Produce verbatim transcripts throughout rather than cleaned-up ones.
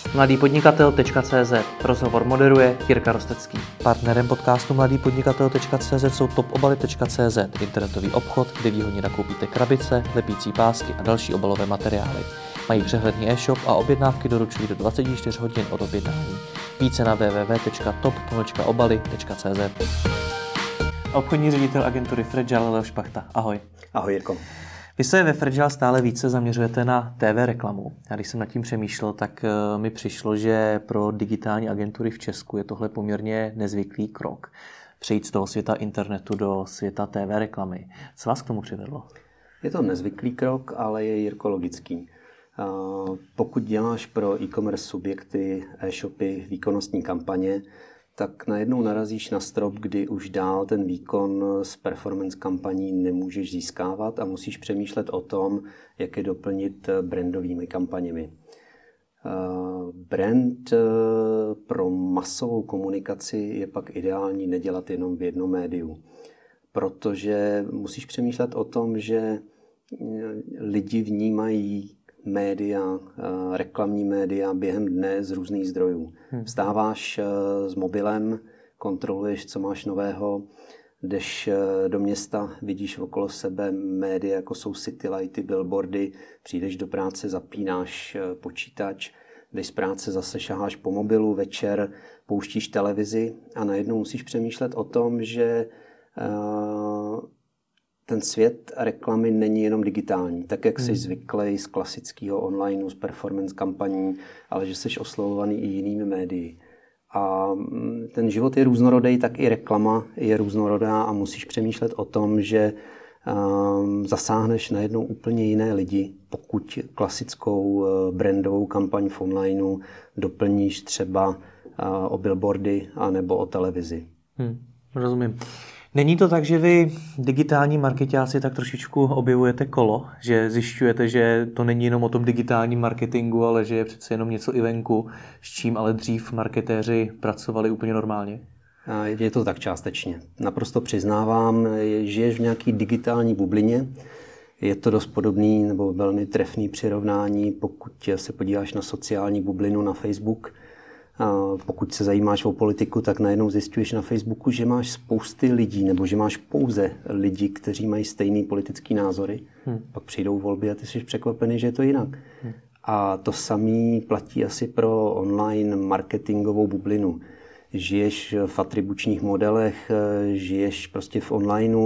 mladý podnikatel tečka cé zet. Rozhovor moderuje Jirka Rostecký. Partnerem podcastu mladý podnikatel tečka cé zet jsou top obaly tečka cé zet, internetový obchod, kde výhodně nakoupíte krabice, lepící pásky a další obalové materiály. Mají přehledný e-shop a objednávky doručují do dvacet čtyři hodin od objednání. Více na w w w tečka top obaly tečka cé zet. Obchodní ředitel agentury Fragile Leoš Špachta. Ahoj. Ahoj, Jirko. Vy se ve Fragile stále více zaměřujete na té vé reklamu. Já když jsem nad tím přemýšlel, tak mi přišlo, že pro digitální agentury v Česku je tohle poměrně nezvyklý krok. Přejít z toho světa internetu do světa té vé reklamy. Co vás k tomu přivedlo? Je to nezvyklý krok, ale je, Jirko, logický. Pokud děláš pro e-commerce subjekty, e-shopy, výkonnostní kampaně, tak najednou narazíš na strop, kdy už dál ten výkon z performance kampaní nemůžeš získávat a musíš přemýšlet o tom, jak je doplnit brandovými kampaněmi. Brand pro masovou komunikaci je pak ideální nedělat jenom v jednom médiu, protože musíš přemýšlet o tom, že lidi vnímají média, reklamní média během dne z různých zdrojů. Vstáváš s mobilem, kontroluješ, co máš nového, jdeš do města, vidíš okolo sebe média, jako jsou city lighty, billboardy, přijdeš do práce, zapínáš počítač, jdeš z práce, zase šaháš po mobilu, večer pouštíš televizi a najednou musíš přemýšlet o tom, že ten svět reklamy není jenom digitální, tak jak jsi zvyklý z klasického online, z performance kampaní, ale že jsi oslovovaný i jinými médii. A ten život je různorodý, tak i reklama je různorodá a musíš přemýšlet o tom, že um, zasáhneš najednou úplně jiné lidi, pokud klasickou brandovou kampaň v onlineu doplníš třeba uh, o billboardy anebo o televizi. Hmm, rozumím. Není to tak, že vy digitální marketáci tak trošičku objevujete kolo, že zjišťujete, že to není jenom o tom digitálním marketingu, ale že je přece jenom něco i venku, s čím ale dřív marketéři pracovali úplně normálně? Je to tak částečně. Naprosto přiznávám, žiješ v nějaký digitální bublině. Je to dost podobný nebo velmi trefný přirovnání, pokud se podíváš na sociální bublinu na Facebook. Pokud se zajímáš o politiku, tak najednou zjistuješ na Facebooku, že máš spousty lidí, nebo že máš pouze lidi, kteří mají stejné politické názory. Hmm. Pak přijdou volby a ty jsi překvapený, že je to jinak. Hmm. A to samé platí asi pro online marketingovou bublinu. Žiješ v atribučních modelech, žiješ prostě v onlineu,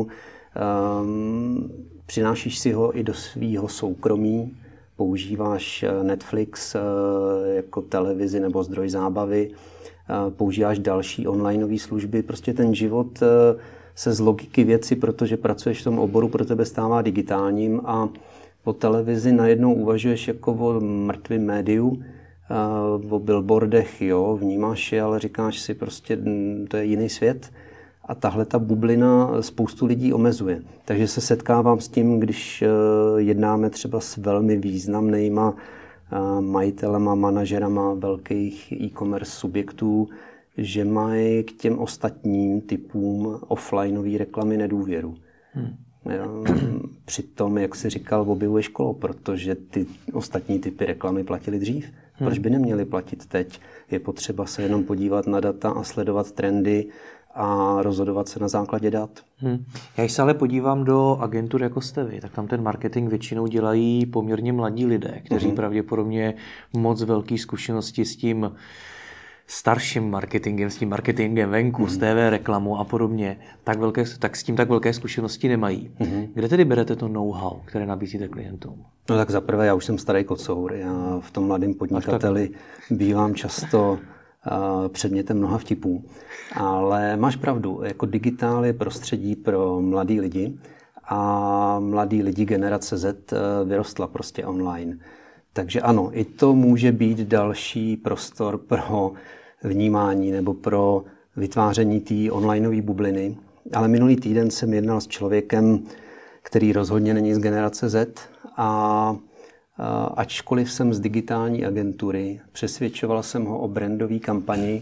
um, přinášíš si ho i do svýho soukromí, používáš Netflix jako televizi nebo zdroj zábavy, používáš další onlineové služby. Prostě ten život se z logiky věci, protože pracuješ v tom oboru, pro tebe stává digitálním a o televizi najednou uvažuješ jako o mrtvém médiu, o billboardech, jo, vnímáš je, ale říkáš si prostě, to je jiný svět. A tahle ta bublina spoustu lidí omezuje. Takže se setkávám s tím, když jednáme třeba s velmi významnýma majitelema, manažerama velkých e-commerce subjektů, že mají k těm ostatním typům offlineové reklamy nedůvěru. Hmm. Přitom, jak jsi říkal, objevuješ kolo, protože ty ostatní typy reklamy platily dřív. Hmm. Proč by neměly platit teď? Je potřeba se jenom podívat na data a sledovat trendy a rozhodovat se na základě dat. Hmm. Já když se ale podívám do agentur jako jste vy, tak tam ten marketing většinou dělají poměrně mladí lidé, kteří hmm. pravděpodobně moc velké zkušenosti s tím starším marketingem, s tím marketingem venku, hmm. s té vé reklamu a podobně, tak, velké, tak s tím tak velké zkušenosti nemají. Hmm. Kde tedy berete to know-how, které nabízíte klientům? No tak zaprvé, já už jsem starý kocour. Já v tom mladém podnikateli bývám často předmětem mnoha vtipů. Ale máš pravdu, jako digitál je prostředí pro mladý lidi a mladý lidi generace Z vyrostla prostě online. Takže ano, i to může být další prostor pro vnímání nebo pro vytváření té onlineové bubliny. Ale minulý týden jsem jednal s člověkem, který rozhodně není z generace Z a ačkoliv jsem z digitální agentury, přesvědčoval jsem ho o brandové kampani,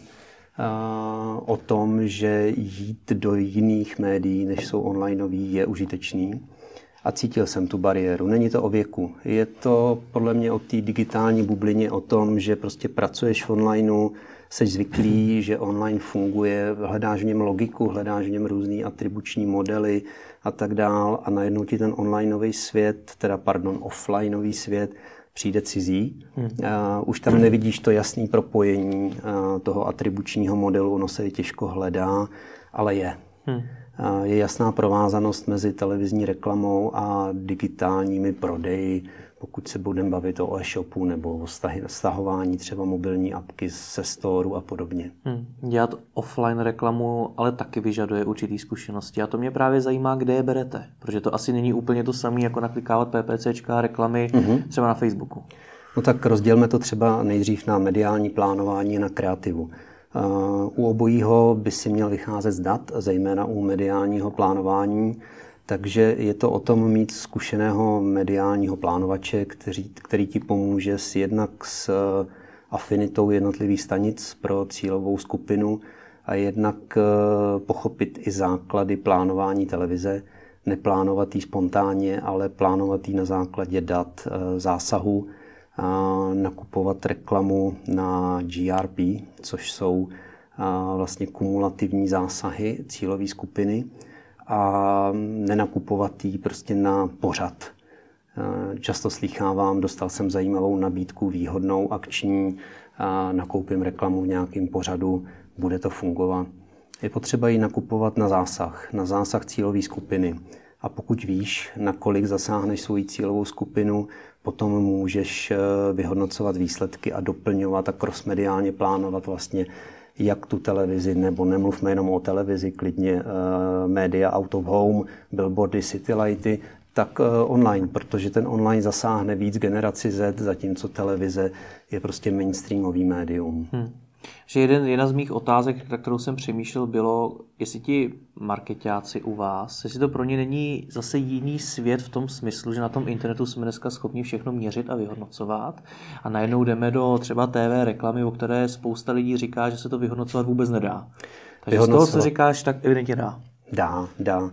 o tom, že jít do jiných médií, než jsou onlineový, je užitečný. a cítil jsem tu bariéru. Není to o věku. Je to podle mě o té digitální bublině, o tom, že prostě pracuješ v onlineu, jsi zvyklý, že online funguje, hledáš v něm logiku, hledáš v něm různý atribuční modely a tak dál a najednou ti ten onlineový svět, teda pardon, offlineový svět přijde cizí. Hmm. Uh, už tam nevidíš to jasné propojení uh, toho atribučního modelu, ono se je těžko hledá, ale je. Hmm. Uh, je jasná provázanost mezi televizní reklamou a digitálními prodeji, pokud se budeme bavit o e-shopu nebo o stahování třeba mobilní apky se storu a podobně. Hmm. Dělat offline reklamu ale taky vyžaduje určitý zkušenosti a to mě právě zajímá, kde je berete, protože to asi není úplně to samé, jako naklikávat PPCčka reklamy mm-hmm. třeba na Facebooku. No tak rozdělme to třeba nejdřív na mediální plánování a na kreativu. Uh, u obojího by si měl vycházet z dat, zejména u mediálního plánování. Takže je to o tom mít zkušeného mediálního plánovače, který, který ti pomůže s jednak s afinitou jednotlivých stanic pro cílovou skupinu a jednak pochopit i základy plánování televize. Neplánovat ji spontánně, ale plánovat ji na základě dat, zásahu, nakupovat reklamu na G R P, což jsou vlastně kumulativní zásahy cílové skupiny, a nenakupovat jí prostě na pořad. Často slýchávám, dostal jsem zajímavou nabídku, výhodnou, akční, a nakoupím reklamu v nějakém pořadu, bude to fungovat. Je potřeba ji nakupovat na zásah, na zásah cílové skupiny. A pokud víš, na kolik zasáhneš svou cílovou skupinu, potom můžeš vyhodnocovat výsledky a doplňovat a crossmediálně plánovat vlastně jak tu televizi, nebo nemluvme jenom o televizi, klidně uh, média out of home, billboardy, citylighty, tak uh, online, protože ten online zasáhne víc generaci Z, zatímco televize je prostě mainstreamový médium. Hmm. Že jeden, jedna z mých otázek, na kterou jsem přemýšlel, bylo, jestli ti marketáci u vás, jestli to pro ně není zase jiný svět v tom smyslu, že na tom internetu jsme dneska schopni všechno měřit a vyhodnocovat a najednou jdeme do třeba T V reklamy, o které spousta lidí říká, že se to vyhodnocovat vůbec nedá. Takže z toho, co říkáš, tak evidentně dá. Dá, dá.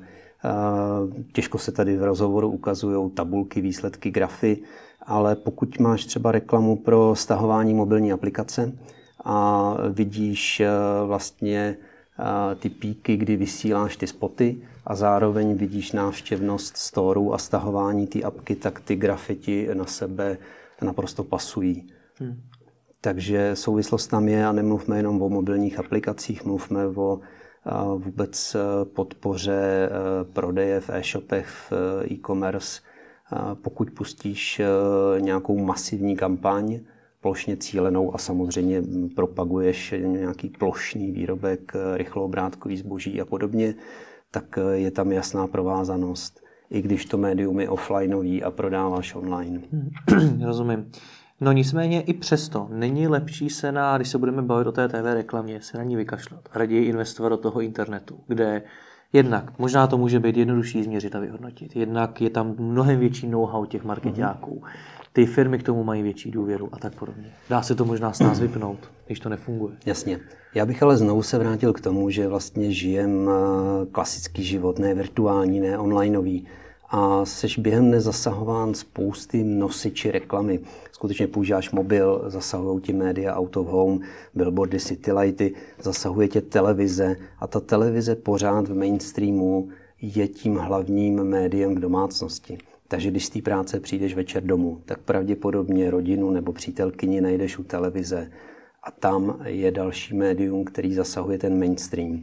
Těžko se tady v rozhovoru ukazují tabulky, výsledky, grafy, ale pokud máš třeba reklamu pro stahování mobilní aplikace, a vidíš vlastně ty píky, kdy vysíláš ty spoty a zároveň vidíš návštěvnost storů a stahování té apky, tak ty grafy ti na sebe naprosto pasují. Hmm. Takže souvislost tam je a nemluvme jenom o mobilních aplikacích, mluvme o vůbec podpoře prodeje v e-shopech, v e-commerce. Pokud pustíš nějakou masivní kampaň, plošně cílenou a samozřejmě propaguješ nějaký plošný výrobek, rychloobrátkový zboží a podobně, tak je tam jasná provázanost, i když to médium je offlineový a prodáváš online. Rozumím. No nicméně i přesto není lepší se na, když se budeme bavit o té T V reklamě, se na ní vykašlat a raději investovat do toho internetu, kde jednak možná to může být jednodušší změřit a vyhodnotit, jednak je tam mnohem větší know-how těch marketáků. Ty firmy k tomu mají větší důvěru a tak podobně. Dá se to možná s nás vypnout, když to nefunguje. Jasně. Já bych ale znovu se vrátil k tomu, že vlastně žijem klasický život, ne virtuální, ne onlineový. A seš během dne zasahován spousty nosiči reklamy. Skutečně používáš mobil, zasahují ti média out of home, billboardy, citylighty, zasahuje tě televize a ta televize pořád v mainstreamu je tím hlavním médiem v domácnosti. Takže když z té práce přijdeš večer domů, tak pravděpodobně rodinu nebo přítelkyni najdeš u televize a tam je další médium, který zasahuje ten mainstream.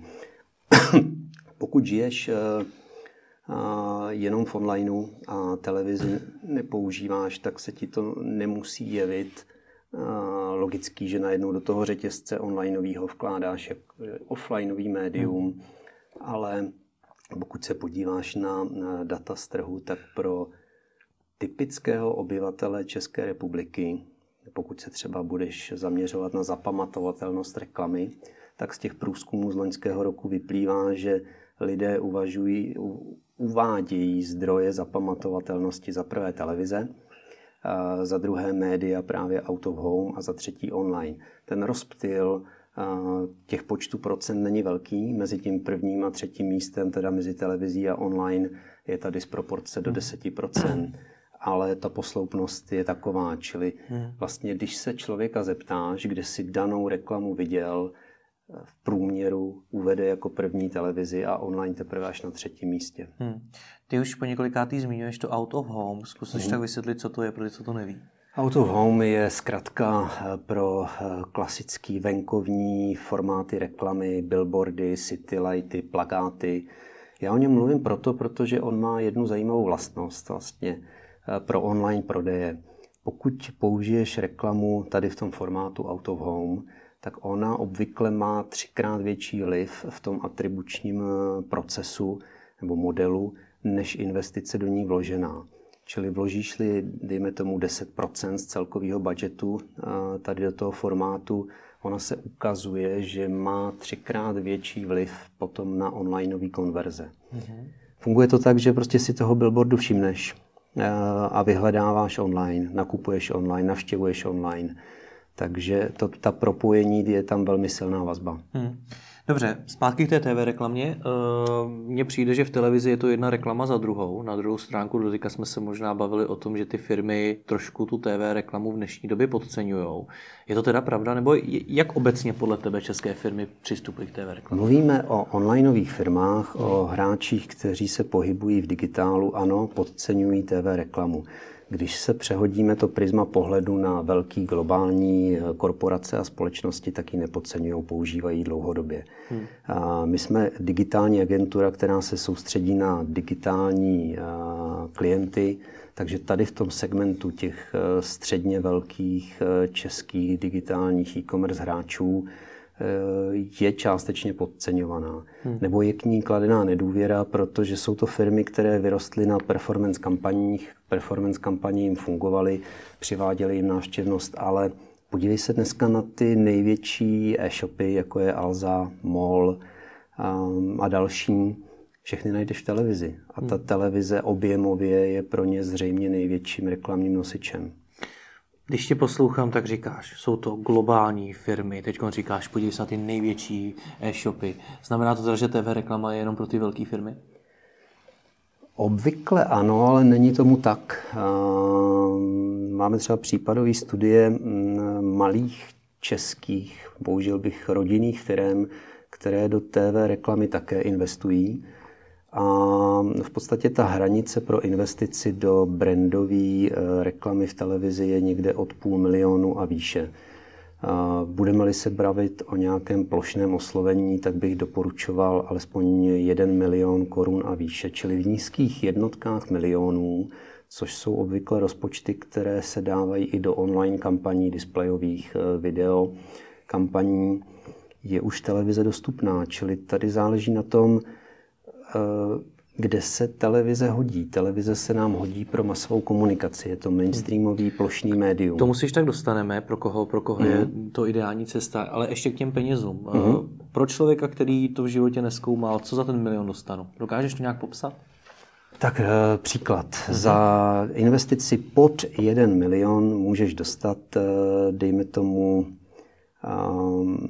Pokud žiješ jenom v onlineu a televizi nepoužíváš, tak se ti to nemusí jevit logický, že najednou do toho řetězce onlineového vkládáš offlineový médium, ale pokud se podíváš na data z trhu, tak pro typického obyvatele České republiky, pokud se třeba budeš zaměřovat na zapamatovatelnost reklamy, tak z těch průzkumů z loňského roku vyplývá, že lidé uvažují, uvádějí zdroje zapamatovatelnosti za prvé televize, za druhé média právě out of home a za třetí online. Ten rozptyl těch počtů procent není velký, mezi tím prvním a třetím místem, teda mezi televizí a online, je ta disproporce do deset procent, ale ta posloupnost je taková, čili vlastně když se člověka zeptáš, kde si danou reklamu viděl, v průměru uvede jako první televizi a online teprve až na třetím místě. Hmm. Ty už po několikátý zmiňuješ to out of home. Zkusíš hmm. tak vysvětlit, co to je, pro ty, co to neví. Out of home je zkratka pro klasický venkovní formáty reklamy, billboardy, city lighty, plakáty. Já o něm mluvím proto, protože on má jednu zajímavou vlastnost vlastně pro online prodeje. Pokud použiješ reklamu tady v tom formátu out of home, tak ona obvykle má třikrát větší vliv v tom atribučním procesu nebo modelu, než investice do ní vložená. Čili vložíš-li, dejme tomu, deset procent z celkového budžetu tady do toho formátu, ona se ukazuje, že má třikrát větší vliv potom na onlineové konverze. Mm-hmm. Funguje to tak, že prostě si toho billboardu všimneš a vyhledáváš online, nakupuješ online, navštěvuješ online. Takže to, ta propojení je tam velmi silná vazba. Hmm. Dobře, zpátky k té té vé reklamě. Mně přijde, že v televizi je to jedna reklama za druhou. Na druhou stránku doteďka jsme se možná bavili o tom, že ty firmy trošku tu té vé reklamu v dnešní době podceňujou. Je to teda pravda? Nebo jak obecně podle tebe české firmy přistupují k té vé reklamě? Mluvíme o onlineových firmách, hmm. o hráčích, kteří se pohybují v digitálu. Ano, podceňují té vé reklamu. Když se přehodíme to prisma pohledu na velký globální korporace a společnosti, tak ji nepodceňují, používají dlouhodobě. Hmm. A my jsme digitální agentura, která se soustředí na digitální klienty, takže tady v tom segmentu těch středně velkých českých digitálních e-commerce hráčů je částečně podceňovaná. Hmm. Nebo je k ní kladená nedůvěra, protože jsou to firmy, které vyrostly na performance kampaních, performance kampaní jim fungovaly, přiváděly jim návštěvnost, ale podívej se dneska na ty největší e-shopy, jako je Alza, Mall a, a další, všechny najdeš v televizi. A ta hmm. televize objemově je pro ně zřejmě největším reklamním nosičem. Když tě poslouchám, tak říkáš, jsou to globální firmy, teď říkáš, podívej se na ty největší e-shopy. Znamená to teda, že té vé reklama je jenom pro ty velké firmy? Obvykle ano, ale není tomu tak. Máme třeba případové studie malých českých, použil bych rodinných firm, které do té vé reklamy také investují. A v podstatě ta hranice pro investici do brandové reklamy v televizi je někde od půl milionu a výše. Budeme-li se bavit o nějakém plošném oslovení, tak bych doporučoval alespoň jeden milion korun a výše, čili v nízkých jednotkách milionů, což jsou obvykle rozpočty, které se dávají i do online kampaní, displejových video kampaní, je už televize dostupná. Čili tady záleží na tom, kde se televize hodí. Televize se nám hodí pro masovou komunikaci. Je to mainstreamový plošný médium. To musíš tak dostaneme, pro koho, pro koho mm. je to ideální cesta. Ale ještě k těm penězům. Mm. Pro člověka, který to v životě nezkoumal, co za ten milion dostanu? Dokážeš to nějak popsat? Tak příklad. Mm. Za investici pod jeden milion můžeš dostat, dejme tomu, um,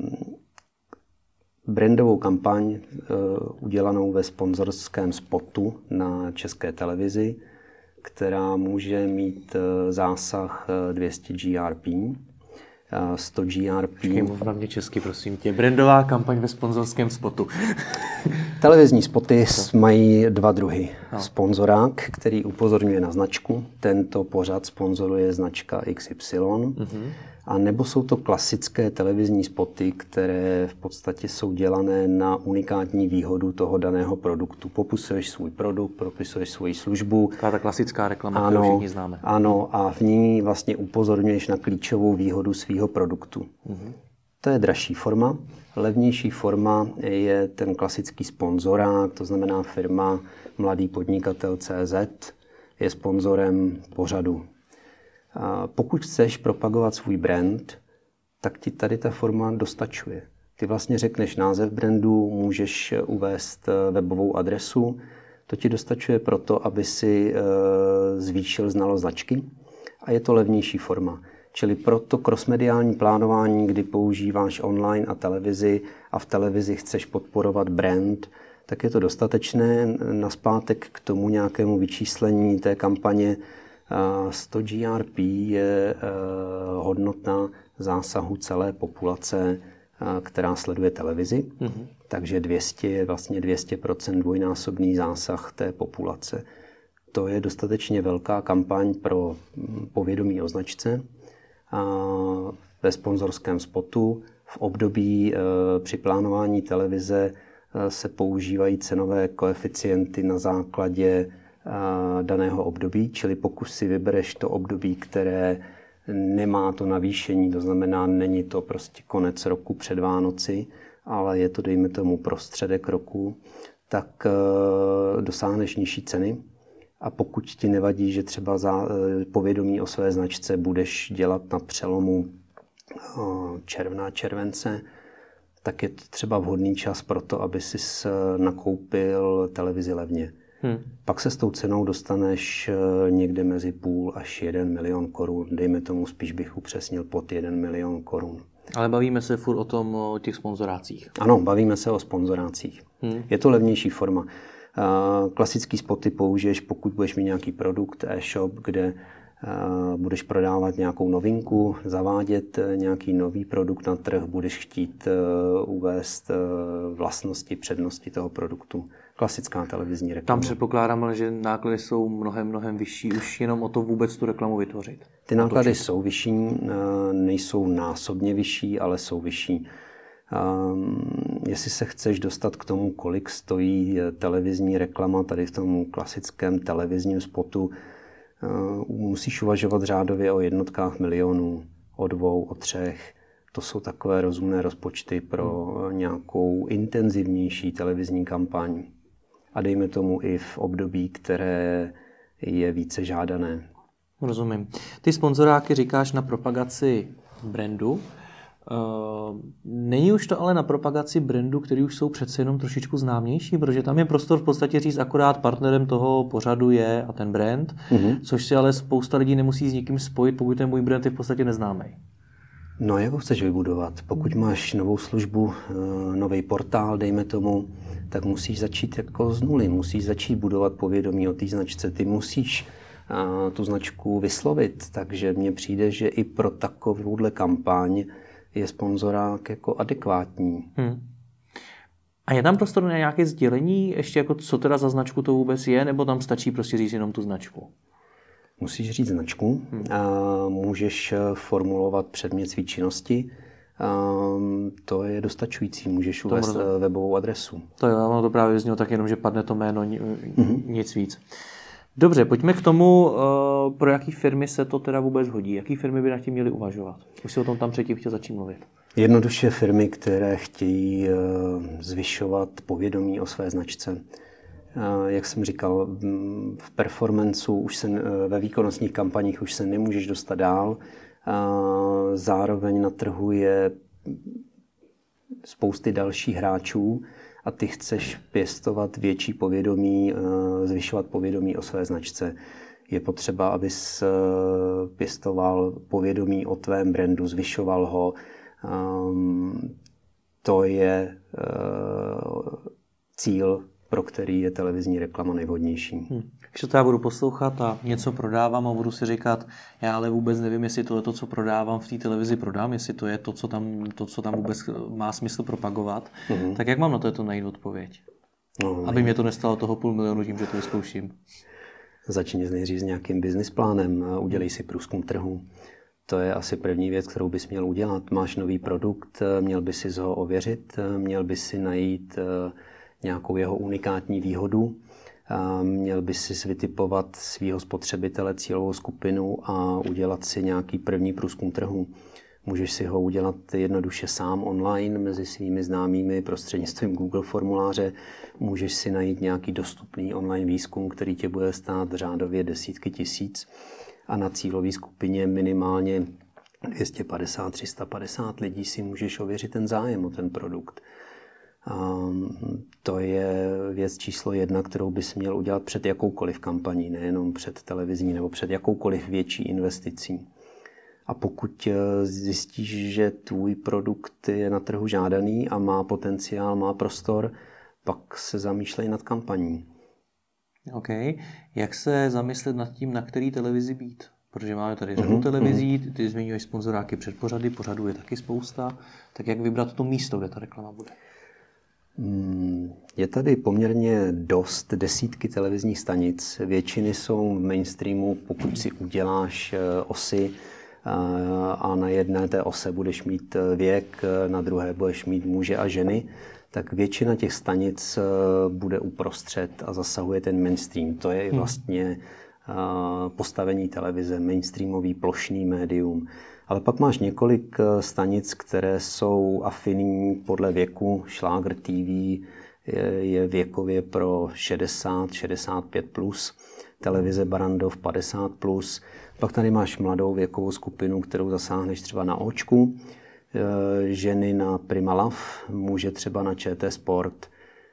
brandovou kampaň uh, udělanou ve sponzorském spotu na České televizi, která může mít uh, zásah uh, dvě stě G R P, uh, sto G R P. Počkej, mluv na mě česky, prosím tě. Brandová kampaň ve sponzorském spotu. Televizní spoty mají dva druhy. No. Sponzorák, který upozorňuje na značku. Tento pořad sponzoruje značka X Y. Mm-hmm. A nebo jsou to klasické televizní spoty, které v podstatě jsou dělané na unikátní výhodu toho daného produktu. Popisuješ svůj produkt, popisuješ svoji službu. Taková ta klasická reklama, kterou všichni známe. Ano, a v ní vlastně upozorňuješ na klíčovou výhodu svého produktu. Mm-hmm. To je dražší forma. Levnější forma je ten klasický sponzorák, to znamená firma Mladý podnikatel tečka cé zet je sponzorem pořadu. Pokud chceš propagovat svůj brand, tak ti tady ta forma dostačuje. Ty vlastně řekneš název brandu, můžeš uvést webovou adresu. To ti dostačuje proto, aby si zvýšil znalost značky a je to levnější forma. Čili proto crossmediální plánování, kdy používáš online a televizi a v televizi chceš podporovat brand, tak je to dostatečné. Naspátek k tomu nějakému vyčíslení té kampaně sto G R P je hodnota zásahu celé populace, která sleduje televizi. Mm-hmm. Takže dvě stě je vlastně dvě stě procent dvojnásobný zásah té populace. To je dostatečně velká kampaň pro povědomí o značce. A ve sponzorském spotu v období e, při plánování televize e, se používají cenové koeficienty na základě e, daného období, čili pokud si vybereš to období, které nemá to navýšení, to znamená, není to prostě konec roku před Vánoci, ale je to, dejme tomu, prostředek roku, tak e, dosáhneš nižší ceny. A pokud ti nevadí, že třeba za povědomí o své značce budeš dělat na přelomu června, července, tak je to třeba vhodný čas pro to, aby si nakoupil televizi levně. Hmm. Pak se s tou cenou dostaneš někde mezi půl až jeden milion korun. Dejme tomu, spíš bych upřesnil pod jeden milion korun. Ale bavíme se furt o tom, o těch sponzorácích. Ano, bavíme se o sponzorácích. Hmm. Je to levnější forma. Klasický spoty použiješ, pokud budeš mít nějaký produkt, e-shop, kde budeš prodávat nějakou novinku, zavádět nějaký nový produkt na trh, budeš chtít uvést vlastnosti, přednosti toho produktu. Klasická televizní reklama. Tam předpokládám, ale že náklady jsou mnohem, mnohem vyšší, už jenom o to vůbec tu reklamu vytvořit. Ty náklady jsou vyšší, nejsou násobně vyšší, ale jsou vyšší. Um, jestli se chceš dostat k tomu, kolik stojí televizní reklama tady v tom klasickém televizním spotu, uh, musíš uvažovat řádově o jednotkách milionů, o dvou, o třech. To jsou takové rozumné rozpočty pro hmm. nějakou intenzivnější televizní kampaň. A dejme tomu i v období, které je více žádané. Rozumím. Ty sponzoráky říkáš na propagaci brandu. Uh, není už to ale na propagaci brandu, který už jsou přece jenom trošičku známější, protože tam je prostor v podstatě říct akorát partnerem toho pořadu je a ten brand, mm-hmm. což si ale spousta lidí nemusí s nikým spojit, pokud ten můj brand je v podstatě neznámý. No, jak ho chceš vybudovat? Pokud máš novou službu, nový portál, dejme tomu, tak musíš začít jako z nuly, musíš začít budovat povědomí o té značce, ty musíš tu značku vyslovit, takže mně přijde, že i pro takovouhle kampaň je sponzorák jako adekvátní. Hmm. A je tam prostor na nějaké sdělení, ještě jako co teda za značku to vůbec je, nebo tam stačí prostě říct jenom tu značku? Musíš říct značku, hmm. a můžeš formulovat předmět své činnosti, a to je dostačující, můžeš uvést to webovou adresu. To jo, ono to právě vyznělo tak jenom, že padne to jméno, hmm. nic víc. Dobře, pojďme k tomu, pro jaký firmy se to teda vůbec hodí. Jaký firmy by na tím měly uvažovat? Už si o tom tam předtím chtěl začít mluvit. Jednoduše firmy, které chtějí zvyšovat povědomí o své značce. Jak jsem říkal, v performanceu, už se, ve výkonnostních kampaních už se nemůžeš dostat dál. Zároveň na trhu je spousty dalších hráčů, a ty chceš pěstovat větší povědomí, zvyšovat povědomí o své značce. Je potřeba, abys pěstoval povědomí o tvém brandu, zvyšoval ho. To je cíl, pro který je televizní reklama nejvhodnější. Hmm. Když to já budu poslouchat a něco prodávám a budu si říkat, já ale vůbec nevím, jestli to je to, co prodávám v té televizi prodám, jestli to je to, co tam, to, co tam vůbec má smysl propagovat, hmm. tak jak mám na to najít odpověď? No, aby mě to nestalo toho půl milionu tím, že to vyzkouším. Začni nejdřív s nějakým business plánem a udělej si průzkum trhu. To je asi první věc, kterou bys měl udělat. Máš nový produkt, měl bys si ho ověřit, měl bys si najít nějakou jeho unikátní výhodu, měl bys si vytipovat svého spotřebitele, cílovou skupinu a udělat si nějaký první průzkum trhu. Můžeš si ho udělat jednoduše sám online mezi svými známými prostřednictvím Google formuláře. Můžeš si najít nějaký dostupný online výzkum, který tě bude stát řádově desítky tisíc a na cílové skupině minimálně dvě stě padesát až tři sta padesát lidí si můžeš ověřit ten zájem o ten produkt. A to je věc číslo jedna, kterou bys měl udělat před jakoukoliv kampaní, nejenom před televizní nebo před jakoukoliv větší investicí. A pokud zjistíš, že tvůj produkt je na trhu žádaný a má potenciál, má prostor, pak se zamýšlejí nad kampaní. OK. Jak se zamyslet nad tím, na který televizi být? Protože máme tady řadu mm-hmm. televizí, ty, ty zmiňuješ sponzoráky předpořady, pořadů je taky spousta. Tak jak vybrat to místo, kde ta reklama bude? Je tady poměrně dost, desítky televizních stanic. Většiny jsou v mainstreamu, pokud si uděláš osy a na jedné té ose budeš mít věk, na druhé budeš mít muže a ženy, tak většina těch stanic bude uprostřed a zasahuje ten mainstream. To je vlastně postavení televize, mainstreamový plošný médium. Ale pak máš několik stanic, které jsou afinní podle věku. Šlágr T V je věkově pro šedesát šedesát pět plus, televize Barrandov padesát plus. Pak tady máš mladou věkovou skupinu, kterou zasáhneš třeba na Očku, ženy na Prima Love, muže třeba na Č T Sport.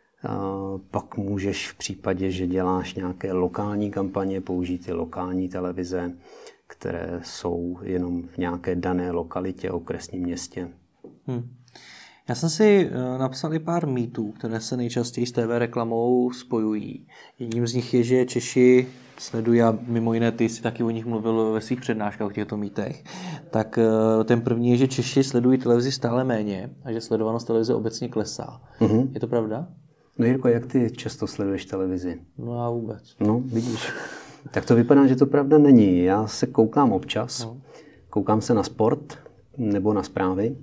Pak můžeš v případě, že děláš nějaké lokální kampaně, použít i lokální televize, které jsou jenom v nějaké dané lokalitě, okresním městě. Hmm. Já jsem si napsal i pár mýtů, které se nejčastěji s T V reklamou spojují. Jedním z nich je, že Češi sledují, a mimo jiné ty jsi taky o nich mluvil ve svých přednáškách o těchto mýtech, tak ten první je, že Češi sledují televizi stále méně a že sledovanost televize obecně klesá. Mm-hmm. Je to pravda? No Jirko, jak ty často sleduješ televizi? No já vůbec. No, vidíš. Tak to vypadá, že to pravda není. Já se koukám občas, no. Koukám se na sport nebo na zprávy,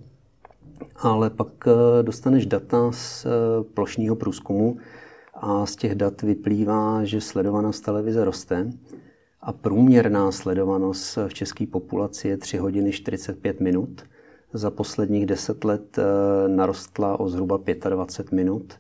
ale pak dostaneš data z plošného průzkumu a z těch dat vyplývá, že sledovanost televize roste a průměrná sledovanost v české populaci je tři hodiny čtyřicet pět minut. Za posledních deset let narostla o zhruba dvacet pět minut.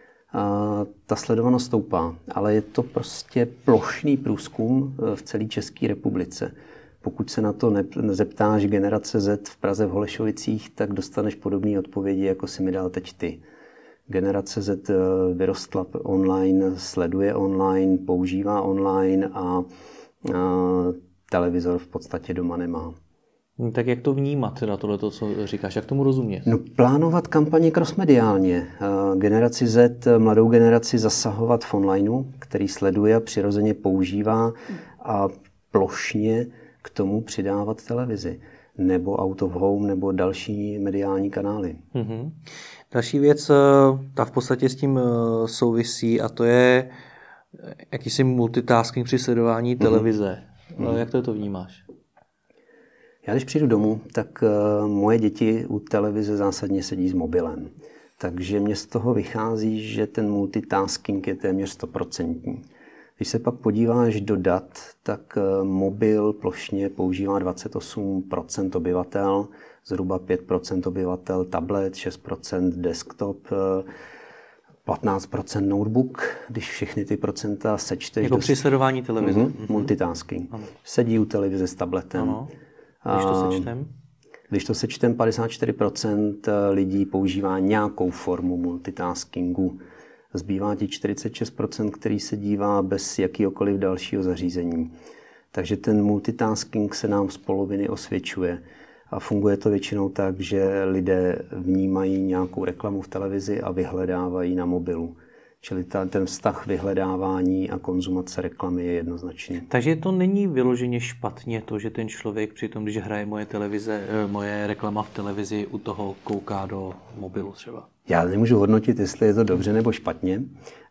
A ta sledovanost stoupá, ale je to prostě plošný průzkum v celé České republice. Pokud se na to nezeptáš generace Z v Praze v Holešovicích, tak dostaneš podobné odpovědi, jako si mi dal teď ty. Generace Z vyrostla online, sleduje online, používá online a, a televizor v podstatě doma nemá. Tak jak to vnímat, teda tohleto, co říkáš, jak tomu rozumět? No, plánovat kampaně crossmediálně. Generaci Z, mladou generaci zasahovat v onlineu, který sleduje a přirozeně používá a plošně k tomu přidávat televizi. Nebo out of home, nebo další mediální kanály. Mm-hmm. Další věc, ta v podstatě s tím souvisí a to je jakýsi multitasking při sledování televize. Mm-hmm. Jak to, to vnímáš? Já když přijdu domů, tak uh, moje děti u televize zásadně sedí s mobilem. Takže mě z toho vychází, že ten multitasking je téměř stoprocentní. Když se pak podíváš do dat, tak uh, mobil plošně používá dvacet osm procent obyvatel, zhruba pět procent obyvatel tablet, šest procent desktop, uh, patnáct procent notebook, když všechny ty procenta sečteš. Jako při sledování televize. Mm-hmm, mm-hmm. Multitasking. Ano. Sedí u televize s tabletem. Ano. Když to sečtem? Když to sečtem, padesát čtyři procent lidí používá nějakou formu multitaskingu. Zbývá ti čtyřicet šest procent, který se dívá bez jakýhokoliv dalšího zařízení. Takže ten multitasking se nám z poloviny osvědčuje. A funguje to většinou tak, že lidé vnímají nějakou reklamu v televizi a vyhledávají na mobilu. Čili ta, ten vztah vyhledávání a konzumace reklamy je jednoznačný. Takže to není vyloženě špatně to, že ten člověk při tom, když hraje moje televize, moje reklama v televizi, u toho kouká do mobilu třeba. Já nemůžu hodnotit, jestli je to dobře nebo špatně,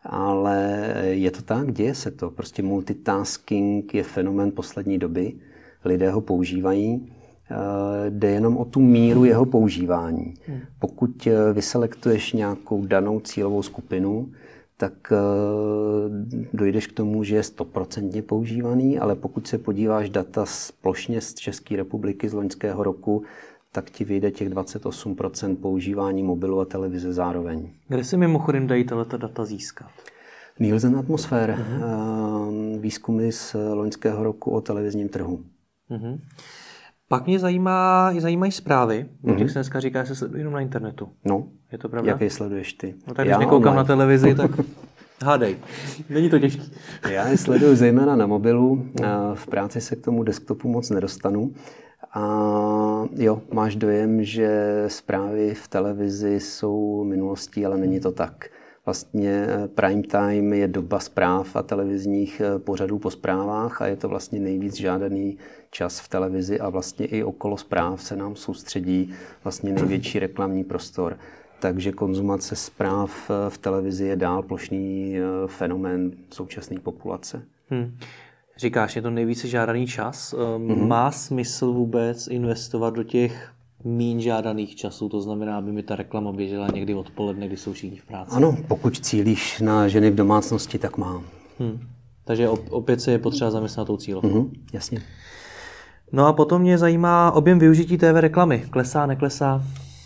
ale je to tak, děje se to. Prostě multitasking je fenomén poslední doby. Lidé ho používají. Jde jenom o tu míru jeho používání. Pokud vyselektuješ nějakou danou cílovou skupinu, tak dojdeš k tomu, že je stoprocentně používaný, ale pokud se podíváš data plošně z České republiky z loňského roku, tak ti vyjde těch dvacet osm procent používání mobilu a televize zároveň. Kde se mimochodem dají tato data získat? Nielsen Atmosphere, uh-huh. výzkumy z loňského roku o televizním trhu. Uh-huh. Pak mě zajímá, zajímají zprávy, o těch mm-hmm. se dneska říká, že se sledují jenom na internetu. No, je to pravda? Jaké sleduješ ty? No tak když nekoukám na televizi, tak hádej. Není to těžký. Já je sleduju zejména na mobilu, v práci se k tomu desktopu moc nedostanu. A jo, máš dojem, že zprávy v televizi jsou minulostí, ale není to tak. vlastně prime time je doba zpráv a televizních pořadů po zprávách a je to vlastně nejvíc žádaný čas v televizi a vlastně i okolo zpráv se nám soustředí vlastně největší reklamní prostor. Takže konzumace zpráv v televizi je dál plošný fenomén současné populace. Hmm. Říkáš, je to nejvíce žádaný čas. Mm-hmm. Má smysl vůbec investovat do těch míň žádaných časů, to znamená, aby mi ta reklama běžela někdy odpoledne, kdy jsou všichni v práci? Ano, pokud cílíš na ženy v domácnosti, tak má. Hmm. Takže opět se je potřeba zamyslet na tou cílovkou. Mm-hmm, jasně. No a potom mě zajímá objem využití té vé reklamy. Klesá, neklesá?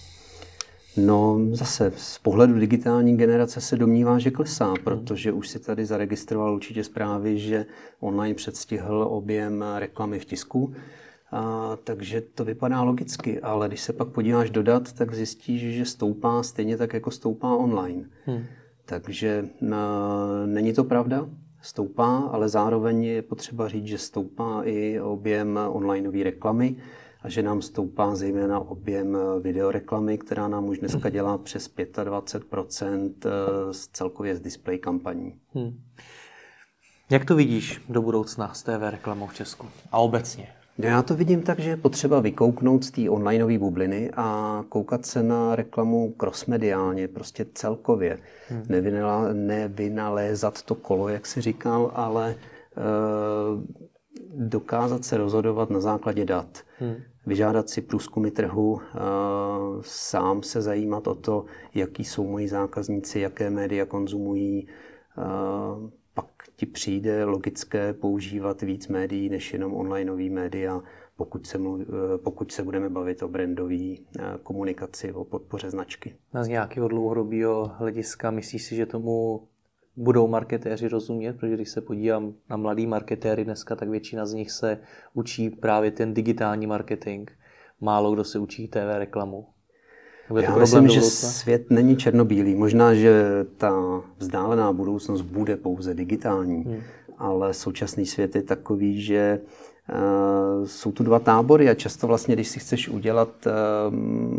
No zase z pohledu digitální generace se domnívá, že klesá, protože už si tady zaregistroval určitě zprávy, že online předstihl objem reklamy v tisku, a, takže to vypadá logicky, ale když se pak podíváš do dat, tak zjistíš, že stoupá stejně tak, jako stoupá online. Hmm. Takže a, není to pravda, stoupá, ale zároveň je potřeba říct, že stoupá i objem onlineové reklamy, a že nám stoupá zejména objem videoreklamy, která nám už dneska dělá přes dvacet pět procent z celkově z display kampaní. Hmm. Jak to vidíš do budoucna s té vé reklamou v Česku a obecně? Já to vidím tak, že je potřeba vykouknout z té onlineové bubliny a koukat se na reklamu crossmediálně, prostě celkově. Hmm. Nevynalé, nevynalézat to kolo, jak jsi říkal, ale e, dokázat se rozhodovat na základě dat. Hmm. Vyžádat si průzkumy trhu, sám se zajímat o to, jaký jsou moji zákazníci, jaké média konzumují. Pak ti přijde logické používat víc médií než jenom onlineový média, pokud se, mluví, pokud se budeme bavit o brandové komunikaci, o podpoře značky. Z nějakého dlouhodobého hlediska myslíš si, že tomu budou marketéři rozumět, protože když se podívám na mladý marketéry dneska, tak většina z nich se učí právě ten digitální marketing. Málo kdo se učí té vé reklamu. Já myslím, že svět není černobílý. Možná, že ta vzdálená budoucnost bude pouze digitální, hmm. ale současný svět je takový, že uh, jsou tu dva tábory a často vlastně, když si chceš udělat uh,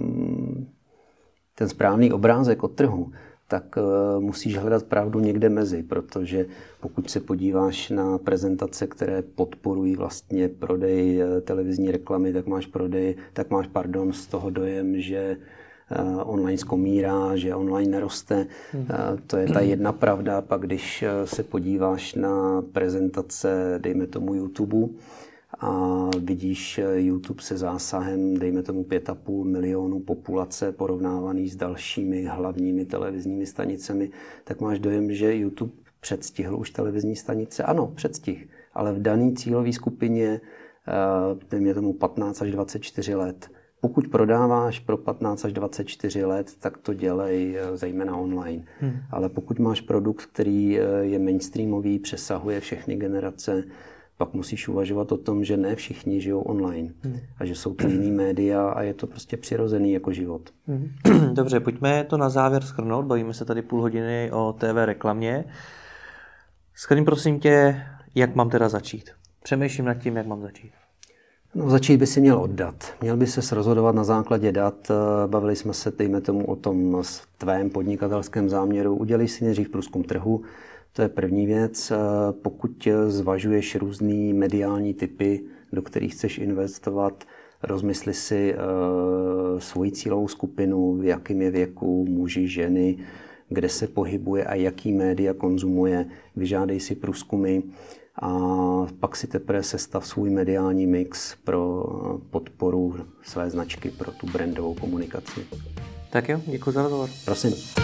ten správný obrázek od trhu, tak uh, musíš hledat pravdu někde mezi, protože pokud se podíváš na prezentace, které podporují vlastně prodej uh, televizní reklamy, tak máš prodej, tak máš pardon z toho dojem, že uh, online skomírá, že online neroste. Uh, to je ta jedna pravda. Pak když uh, se podíváš na prezentace, dejme tomu YouTube, a vidíš YouTube se zásahem, dejme tomu pět a půl milionu populace porovnávaný s dalšími hlavními televizními stanicemi, tak máš dojem, že YouTube předstihl už televizní stanice. Ano, předstih, ale v dané cílové skupině, dejme tomu patnáct až dvacet čtyři let. Pokud prodáváš pro patnáct až dvacet čtyři let, tak to dělej zejména online. Hmm. Ale pokud máš produkt, který je mainstreamový, přesahuje všechny generace, pak musíš uvažovat o tom, že ne všichni žijou online hmm. a že jsou to jiný média a je to prostě přirozený jako život. Hmm. Dobře, pojďme to na závěr shrnout. Bavíme se tady půl hodiny o té vé reklamě. Shrň prosím tě, jak mám teda začít. Přemýšlím nad tím, jak mám začít. No, začít by si měl od dat. Měl by se rozhodovat na základě dat. Bavili jsme se, dejme tomu, o tom tvém podnikatelském záměru. Udělej si nejdřív průzkum trhu. To je první věc. Pokud zvažuješ různý mediální typy, do kterých chceš investovat, rozmysli si uh, svoji cílovou skupinu, v jakém je věku, muži, ženy, kde se pohybuje a jaký média konzumuje. Vyžádej si průzkumy a pak si teprve sestav svůj mediální mix pro podporu své značky, pro tu brandovou komunikaci. Tak jo, děkuji za rozhovor. Prosím.